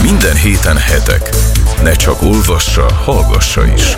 Minden héten hetek. Ne csak olvassa, hallgassa is.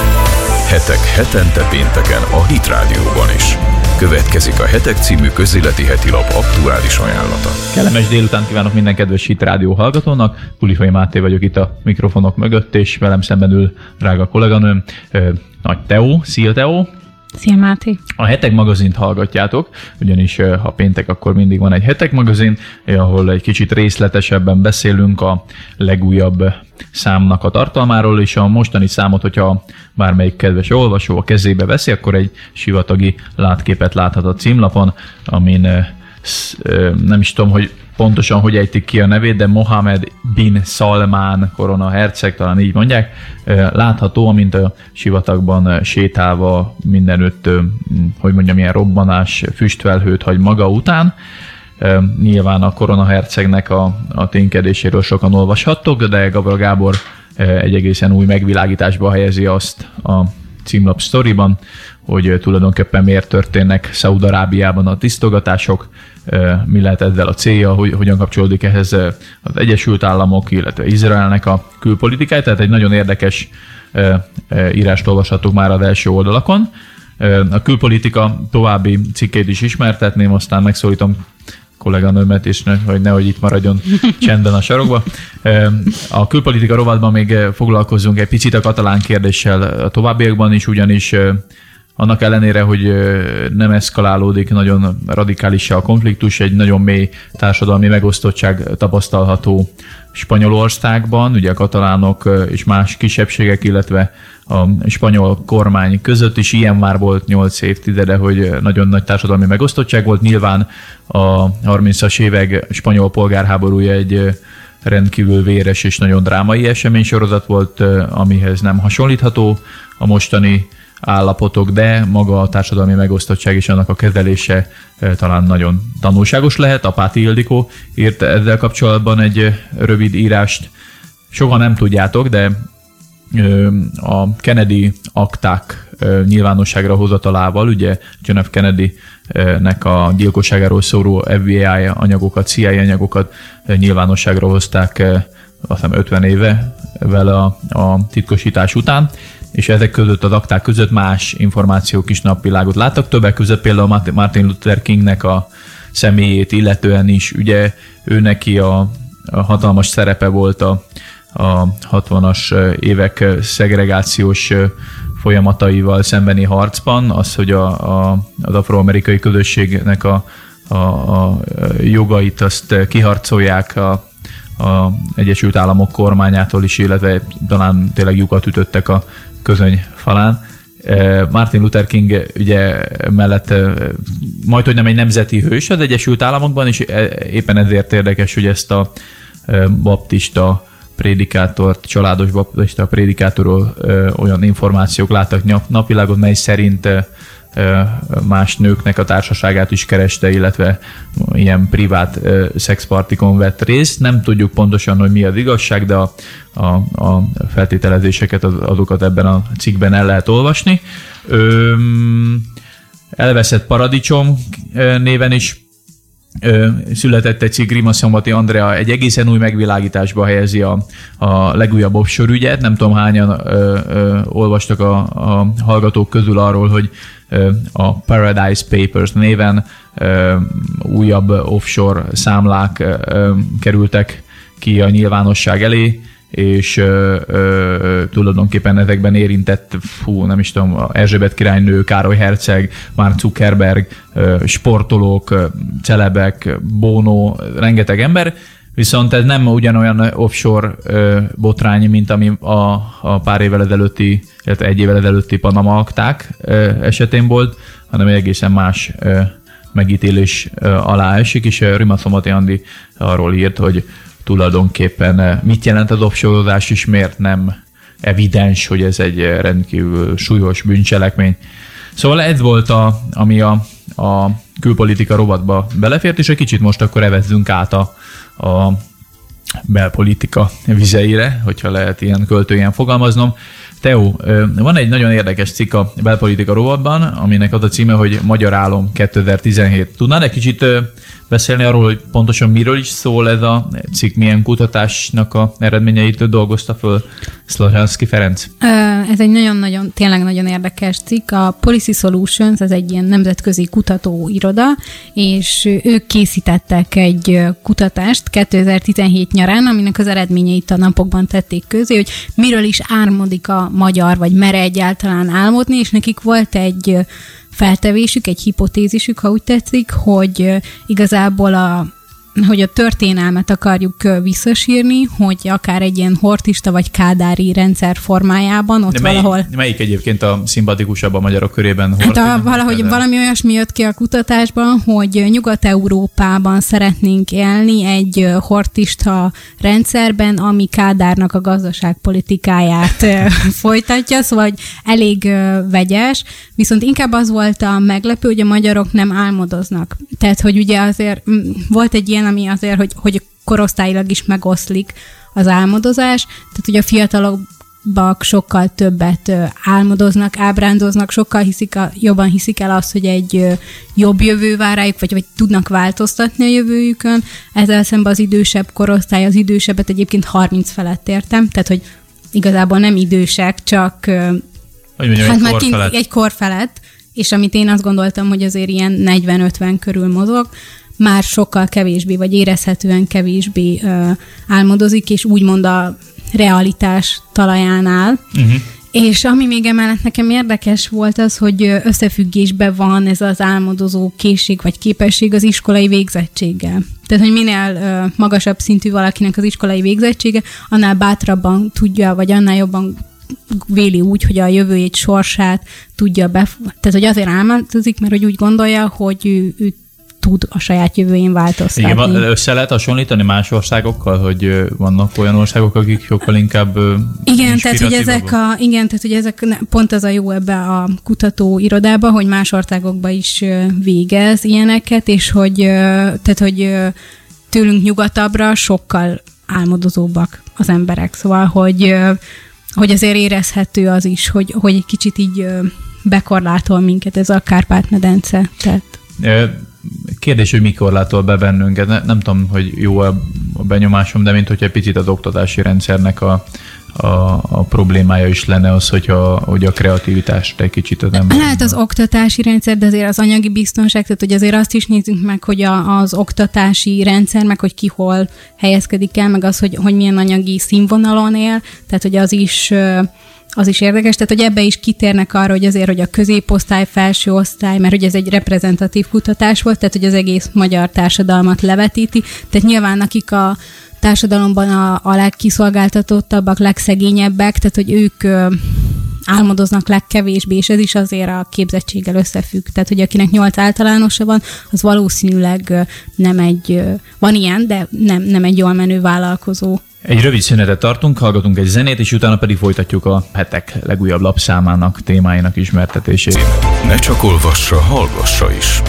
Hetek hetente pénteken a Hit Rádióban is. Következik a Hetek című közéleti hetilap aktuális ajánlata. Kellemes délután kívánok minden kedves Hit Rádió hallgatónak. Pulifai Máté vagyok itt a mikrofonok mögött, és velem szemben ül drága kolléganőm, Nagy Teó. Szia, Teó! Szia, Máté! A Hetek magazint hallgatjátok, ugyanis ha péntek, akkor mindig van egy Hetek magazin, ahol egy kicsit részletesebben beszélünk a legújabb számnak a tartalmáról, és a mostani számot, hogyha bármelyik kedves olvasó a kezébe veszi, akkor egy sivatagi látképet láthat a címlapon, amin nem is tudom, hogy pontosan hogy ejtik ki a nevét, de Mohammed bin Salman korona herceg, talán így mondják, látható, amint a sivatagban sétálva mindenütt, hogy mondjam, ilyen robbanás, füstfelhőt hagy maga után. Nyilván a korona hercegnek a ténykedéséről sokan olvashattok, de Gabra Gábor egy egészen új megvilágításba helyezi azt a címlap sztoriban, hogy tulajdonképpen miért történnek Szaúd-Arábiában a tisztogatások, mi lehet ezzel a célja, hogyan kapcsolódik ehhez az Egyesült Államok, illetve Izraelnek a külpolitikája, tehát egy nagyon érdekes írást olvashattuk már az első oldalakon. A külpolitika további cikkét is ismertetném, aztán megszólítom kolléganőmet is, hogy nehogy itt maradjon csendben a sarokba. A külpolitika rovatban még foglalkozzunk egy picit a katalán kérdéssel a továbbiakban is, ugyanis annak ellenére, hogy nem eszkalálódik nagyon radikális a konfliktus, egy nagyon mély társadalmi megosztottság tapasztalható Spanyolországban, ugye a katalánok és más kisebbségek, illetve a spanyol kormány között is ilyen már volt 8 évtizede, hogy nagyon nagy társadalmi megosztottság volt. Nyilván a 30-as évek spanyol polgárháborúja egy rendkívül véres és nagyon drámai eseménysorozat volt, amihez nem hasonlítható a mostani állapotok, de maga a társadalmi megosztottság és annak a kezelése talán nagyon tanulságos lehet. Apáti Ildikó írt ezzel kapcsolatban egy rövid írást. Soha nem tudjátok, de a Kennedy akták nyilvánosságra hozatalával, ugye John F. Kennedy-nek a gyilkosságáról szóló FBI anyagokat, CIA anyagokat nyilvánosságra hozták azt hiszem 50 éve vele a titkosítás után, és ezek között, az akták között más információk is napvilágot láttak, többek között például Martin Luther Kingnek a személyét illetően is, ugye ő neki a hatalmas szerepe volt a 60-as évek szegregációs folyamataival szembeni harcban, az, hogy az afroamerikai közösségnek a jogait azt kiharcolják a Egyesült Államok kormányától is, illetve talán tényleg lyukat ütöttek a közöny falán. Martin Luther King ugye mellett majdhogy nem egy nemzeti hős az Egyesült Államokban, és éppen ezért érdekes, hogy ezt a baptista prédikátort, családos baptista prédikátorról olyan információk láttak napvilágot, mely szerint más nőknek a társaságát is kereste, illetve ilyen privát szexpartikon vett részt. Nem tudjuk pontosan, hogy mi az igazság, de a feltételezéseket azokat ebben a cikkben el lehet olvasni. Elveszett paradicsom néven is született egy cikk, Rimaszombati Andrea egy egészen új megvilágításba helyezi a legújabb offshore ügyet. Nem tudom, hányan olvastak a hallgatók közül arról, hogy a Paradise Papers néven újabb offshore számlák kerültek ki a nyilvánosság elé, és tulajdonképpen ezekben érintett, nem is tudom, Erzsébet királynő, Károly herceg, Mark Zuckerberg, sportolók, celebek, Bono, rengeteg ember, viszont ez nem ugyanolyan offshore botrány, mint ami a pár évvel ezelőtti, illetve egy évvel ezelőtti Panama akták esetén volt, hanem egy egészen más megítélés alá esik, és Rimaszombati Andi arról írt, hogy tulajdonképpen mit jelent az offshore-ozás, és miért nem evidens, hogy ez egy rendkívül súlyos bűncselekmény. Szóval ez volt, ami a külpolitika rovatba belefért, és egy kicsit most akkor evezzünk át a belpolitika vizeire, hogyha lehet ilyen költően fogalmaznom. Teó, van egy nagyon érdekes cikk a belpolitika rovatban, aminek az a címe, hogy Magyar Álom 2017. Tudnál egy kicsit beszélni arról, hogy pontosan miről is szól ez a cikk, milyen kutatásnak a eredményeit dolgozta föl Szlozsánszky Ferenc? Ez egy nagyon-nagyon, tényleg nagyon érdekes cikk. A Policy Solutions, ez egy ilyen nemzetközi kutatóiroda, és ők készítettek egy kutatást 2017 nyarán, aminek az eredményeit a napokban tették közé, hogy miről is álmodik a magyar, vagy mere egyáltalán álmodni, és nekik volt egy feltevésük, egy hipotézisük, ha úgy tetszik, hogy igazából hogy a történelmet akarjuk visszasírni, hogy akár egy ilyen hortista vagy kádári rendszer formájában ott valahol... Melyik egyébként a szimpatikusabb a magyarok körében? Hát valami olyasmi jött ki a kutatásban, hogy Nyugat-Európában szeretnénk élni egy hortista rendszerben, ami Kádárnak a gazdaságpolitikáját folytatja, szóval elég vegyes, viszont inkább az volt a meglepő, hogy a magyarok nem álmodoznak. Tehát, hogy ugye azért volt egy ilyen, ami azért, hogy korosztályilag is megoszlik az álmodozás, tehát ugye a fiatalabbak sokkal többet álmodoznak, ábrándoznak, sokkal jobban hiszik el azt, hogy egy jobb jövő vár rájuk, vagy tudnak változtatni a jövőjükön. Ezzel szemben az idősebb korosztály, az idősebbet egyébként 30 felett értem, tehát hogy igazából nem idősek, csak egy kor felett, és amit én azt gondoltam, hogy azért ilyen 40-50 körül mozog, már sokkal kevésbé, vagy érezhetően kevésbé álmodozik, és úgymond a realitás talaján áll. Uh-huh. És ami még emellett nekem érdekes volt az, hogy összefüggésben van ez az álmodozó készség vagy képesség az iskolai végzettséggel. Tehát, hogy minél magasabb szintű valakinek az iskolai végzettsége, annál bátrabban tudja, vagy annál jobban véli úgy, hogy a jövőjét, sorsát tudja tehát, hogy azért álmodozik, mert hogy úgy gondolja, hogy ő tud a saját jövőjén változtatni. Igen, össze lehet hasonlítani más országokkal, hogy vannak olyan országok, akik sokkal inkább tehát, hogy ezek pont az a jó ebbe a kutatóirodában, hogy más országokban is végez ilyeneket, és hogy tőlünk nyugatabbra sokkal álmodozóbbak az emberek. Szóval, hogy azért érezhető az is, hogy egy kicsit így bekorlátol minket ez a Kárpát-medence. Tehát... Kérdés, hogy mi korlátol be bennünket. Nem tudom, hogy jó a benyomásom, de mint hogyha egy picit az oktatási rendszernek a problémája is lenne az, hogy a kreativitást egy kicsit az ember... Hát az oktatási rendszer, de azért az anyagi biztonság, tehát hogy azért azt is nézzünk meg, hogy az oktatási rendszer, meg hogy ki hol helyezkedik el, meg az, hogy milyen anyagi színvonalon él, tehát hogy az is érdekes, tehát hogy ebbe is kitérnek arra, hogy azért, hogy a középosztály, felső osztály, mert hogy ez egy reprezentatív kutatás volt, tehát hogy az egész magyar társadalmat levetíti, tehát nyilván akik a társadalomban a legkiszolgáltatottabbak, legszegényebbek, tehát hogy ők álmodoznak legkevésbé, és ez is azért a képzettséggel összefügg. Tehát, hogy akinek 8 általánosa van, az valószínűleg van ilyen, de nem egy jól menő vállalkozó. Egy rövid szünetet tartunk, hallgatunk egy zenét, és utána pedig folytatjuk a hetek legújabb lapszámának, témáinak ismertetését. Ne csak olvassa, hallgassa is.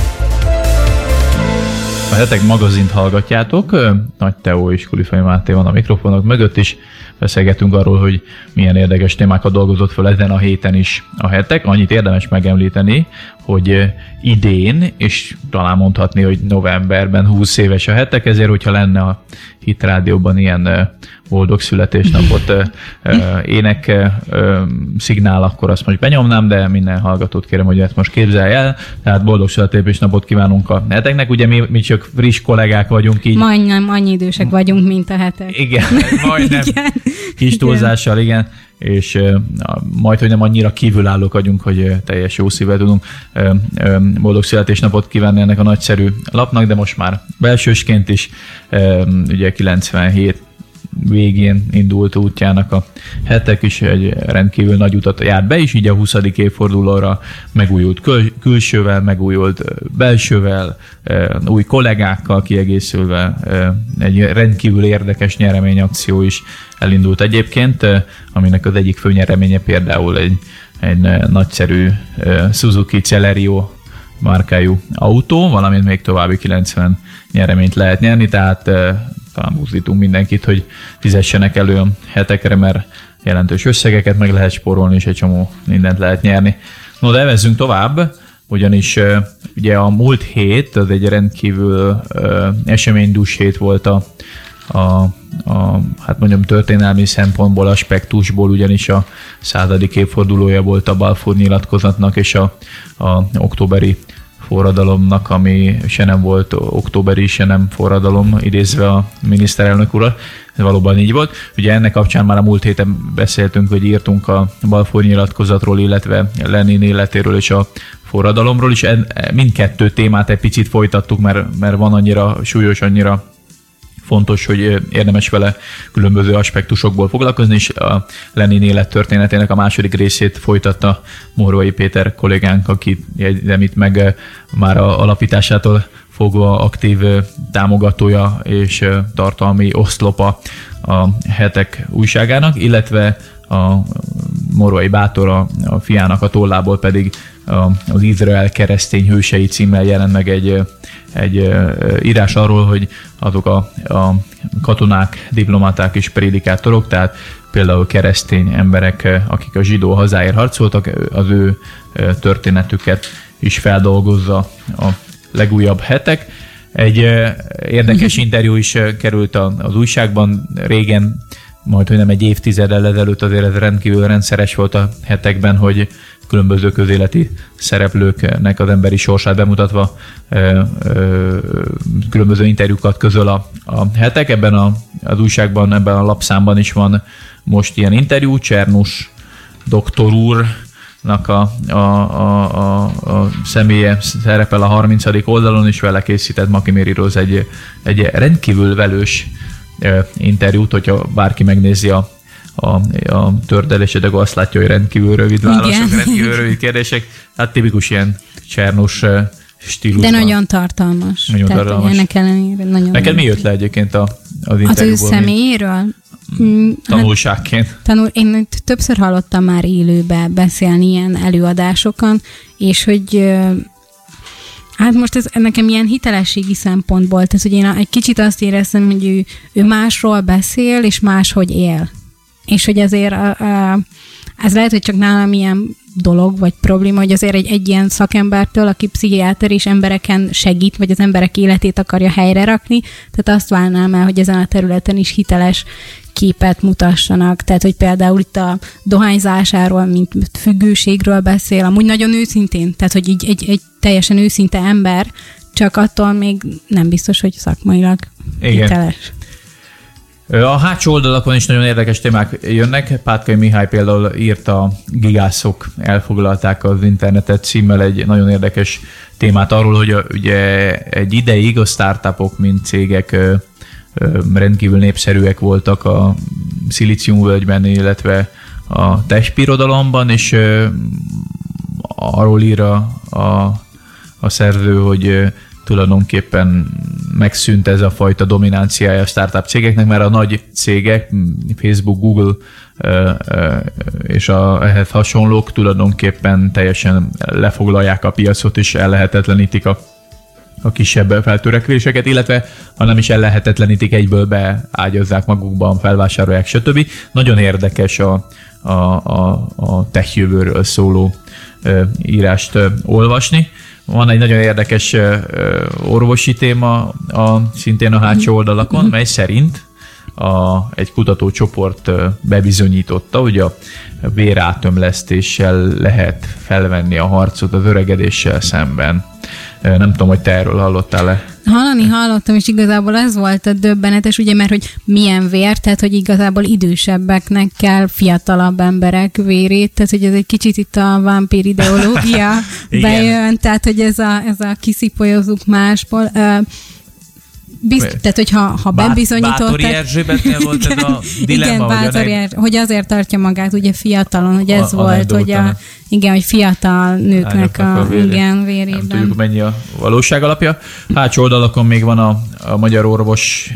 A Hetek magazint hallgatjátok, Nagy Teó és Kulifai Máté van a mikrofonok mögött is. Beszélgetünk arról, hogy milyen érdekes témákat dolgozott fel ezen a héten is a Hetek. Annyit érdemes megemlíteni, hogy idén, és talán mondhatni, hogy novemberben 20 éves a Hetek, ezért, hogyha lenne a Hit Rádióban ilyen boldog születésnapot ének szignál, akkor azt most benyomnám, de minden hallgatót kérem, hogy ezt most képzelj el. Tehát boldog születésnapot kívánunk a Heteknek. Ugye mi csak friss kollégák vagyunk így. Majdnem annyi idősek vagyunk, mint a Hetek. Igen, majdnem. Igen. Kis túlzással, igen. És majd, hogy nem annyira kívülállók vagyunk, hogy teljes jó szívvel tudunk boldog születésnapot kívánni ennek a nagyszerű lapnak, de most már belsősként is, ugye 97 végén indult útjának a Hetek is, egy rendkívül nagy utat járt be, és így a 20. évfordulóra megújult külsővel, megújult belsővel, új kollégákkal kiegészülve egy rendkívül érdekes nyereményakció is elindult egyébként, aminek az egyik fő nyereménye például egy nagyszerű Suzuki Celerio márkájú autó, valamint még további 90 nyereményt lehet nyerni, tehát talán buzdítunk mindenkit, hogy fizessenek elő a hetekre, mert jelentős összegeket meg lehet spórolni, és egy csomó mindent lehet nyerni. No, de evezzünk tovább, ugyanis ugye a múlt hét, az egy rendkívül eseménydús hét volt hát mondjam történelmi szempontból, aspektusból, ugyanis a 100. évfordulója volt a Balfour nyilatkozatnak és a októberi forradalomnak, ami se nem volt októberi, se nem forradalom, idézve a miniszterelnök urat. Ez valóban így volt. Ugye ennek kapcsán már a múlt héten beszéltünk, hogy írtunk a Balfour nyilatkozatról, illetve Lenin életéről és a forradalomról is. Mindkettő témát egy picit folytattuk, mert van annyira súlyos, annyira fontos, hogy érdemes vele különböző aspektusokból foglalkozni, és a Lenin élettörténetének a második részét folytatta Morvai Péter kollégánk, aki itt meg már a alapításától fogva aktív támogatója és tartalmi oszlopa a Hetek újságának, illetve a Morvai Bátor a fiának a tollából pedig az Izrael keresztény hősei címmel jelent meg egy írás arról, hogy azok a katonák, diplomaták és prédikátorok, tehát például keresztény emberek, akik a zsidó hazáért harcoltak, az ő történetüket is feldolgozza a legújabb Hetek. Egy érdekes interjú is került az újságban régen, majd hogy nem egy évtizeddel ezelőtt, azért ez rendkívül rendszeres volt a Hetekben, hogy különböző közéleti szereplőknek az emberi sorsát bemutatva különböző interjúkat közöl a Hetek. Ebben az újságban, ebben a lapszámban is van most ilyen interjú, Csernus doktor úrnak a személye szerepel a 30. oldalon, és vele készített Makimiri Róz egy rendkívül velős interjút, hogyha bárki megnézi a tördelését, akkor azt látja, hogy rendkívül rövid válaszok, rendkívül rövid kérdések. Hát tipikus ilyen Csernus stílusban. De nagyon tartalmas. Nagyon tartalmas. Ennek ellenére nagyon. Neked mi jött le egyébként az interjúból? Az ő személyéről? Tanulságként. Én többször hallottam már élőbe beszélni ilyen előadásokon, és hogy hát most ez nekem ilyen hitelességi szempontból, tehát hogy én egy kicsit azt éreztem, hogy ő másról beszél, és máshogy él. És hogy azért ez lehet, hogy csak nálam ilyen dolog, vagy probléma, hogy azért egy ilyen szakembertől, aki pszichiáter és embereken segít, vagy az emberek életét akarja helyre rakni, tehát azt várnám el, hogy ezen a területen is hiteles képet mutassanak. Tehát, hogy például itt a dohányzásáról, mint függőségről beszél, amúgy nagyon őszintén, tehát, hogy így egy teljesen őszinte ember, csak attól még nem biztos, hogy szakmailag hiteles. A hátsó oldalakon is nagyon érdekes témák jönnek. Pátkai Mihály például írt a Gigászok elfoglalták az internetet címmel egy nagyon érdekes témát arról, hogy ugye egy ideig a startupok, mint cégek rendkívül népszerűek voltak a Szilíciumvölgyben, illetve a tech-birodalomban, és arról ír a szerző, hogy tulajdonképpen megszűnt ez a fajta dominanciája a startup cégeknek, mert a nagy cégek, Facebook, Google és ehhez hasonlók tulajdonképpen teljesen lefoglalják a piacot, és ellehetetlenítik a kisebb feltörekvéseket, illetve ha nem is ellehetetlenítik, egyből beágyazzák magukban, felvásárolják, stb. Nagyon érdekes a tech jövőről szóló írást olvasni. Van egy nagyon érdekes orvosi téma szintén a hátsó oldalakon, mely szerint egy kutatócsoport bebizonyította, hogy a vérátömlesztéssel lehet felvenni a harcot az öregedéssel szemben. Nem tudom, hogy te erről hallottál-e? Hallottam, és igazából ez volt a döbbenetes, ugye, mert hogy milyen vér, tehát hogy igazából idősebbeknek kell fiatalabb emberek vérét, tehát hogy ez egy kicsit itt a vámpír ideológia bejön, tehát hogy ez a kiszipolyozzuk másból. Tehát, hogy ha bebizonyítottak... Bátori Erzsébetnél volt ez a dilemma? Igen, Bátori hogy azért tartja magát ugye fiatalon, hogy ez volt, hogy hogy fiatal nőknek a vérében. Nem tudjuk, mennyi a valóság alapja. Hátsó oldalakon még van a magyar orvosi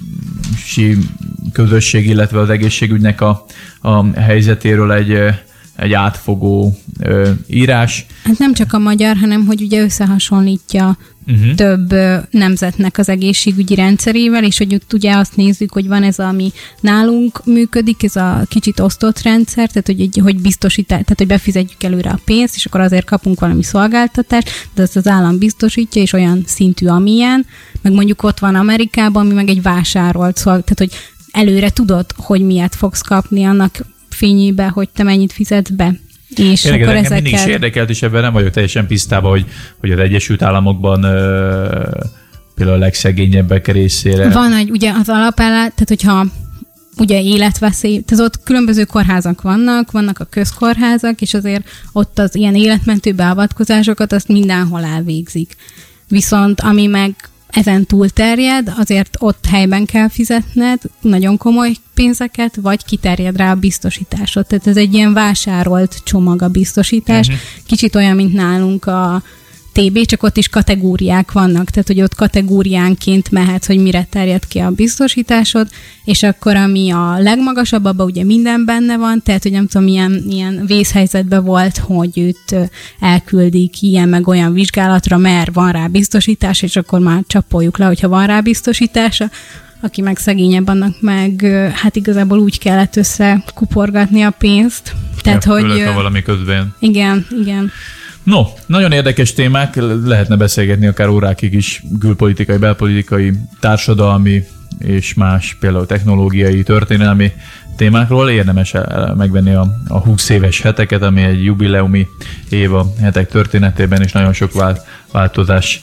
közösség, illetve az egészségügynek a helyzetéről egy egy átfogó írás. Hát nem csak a magyar, hanem hogy ugye összehasonlítja több nemzetnek az egészségügyi rendszerével, és hogy ott ugye azt nézzük, hogy van ez, ami nálunk működik, ez a kicsit osztott rendszer, tehát hogy biztosítás, tehát hogy befizetjük előre a pénzt, és akkor azért kapunk valami szolgáltatást, de ezt az állam biztosítja, és olyan szintű, amilyen, meg mondjuk ott van Amerikában, ami meg egy vásárolt szolgáltatás, tehát hogy előre tudod, hogy miért fogsz kapni annak fényébe, hogy te mennyit fizetsz be. És akkor ezeket... mindig is érdekelt, és ebben nem vagyok teljesen tisztában, hogy az Egyesült Államokban például a legszegényebbek részére. Van egy, ugye az alapállás, tehát hogyha ugye életveszély, tehát ott különböző kórházak vannak a közkórházak, és azért ott az ilyen életmentő beavatkozásokat azt mindenhol elvégzik. Viszont ami meg ezen túl terjed, azért ott helyben kell fizetned nagyon komoly pénzeket, vagy kiterjed rá a biztosításod. Tehát ez egy ilyen vásárolt csomag a biztosítás. Kicsit olyan, mint nálunk a TB, csak ott is kategóriák vannak, tehát hogy ott kategóriánként mehetsz, hogy mire terjed ki a biztosításod, és akkor ami a legmagasabb, abban ugye minden benne van, tehát hogy nem tudom, ilyen vészhelyzetben volt, hogy őt elküldik ilyen meg olyan vizsgálatra, mert van rá biztosítás, és akkor már csapoljuk le, hogyha van rá biztosítása. Aki meg szegényebb, annak meg hát igazából úgy kellett összekuporgatni a pénzt. Tehát, ja, hogy... ha valami közben. Igen. No, nagyon érdekes témák, lehetne beszélgetni akár órákig is külpolitikai, belpolitikai, társadalmi és más, például technológiai, történelmi témákról. Érdemes megvenni a 20 éves heteket, ami egy jubileumi év a hetek történetében, és nagyon sok változás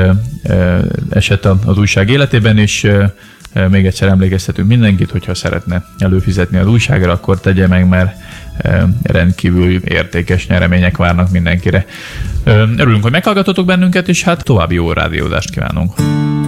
esett az újság életében, és még egyszer emlékeztetünk mindenkit, hogyha szeretne előfizetni az újságra, akkor tegye meg, mert rendkívül értékes nyeremények várnak mindenkire. Örülünk, hogy meghallgatotok bennünket, és hát további jó rádiózást kívánunk.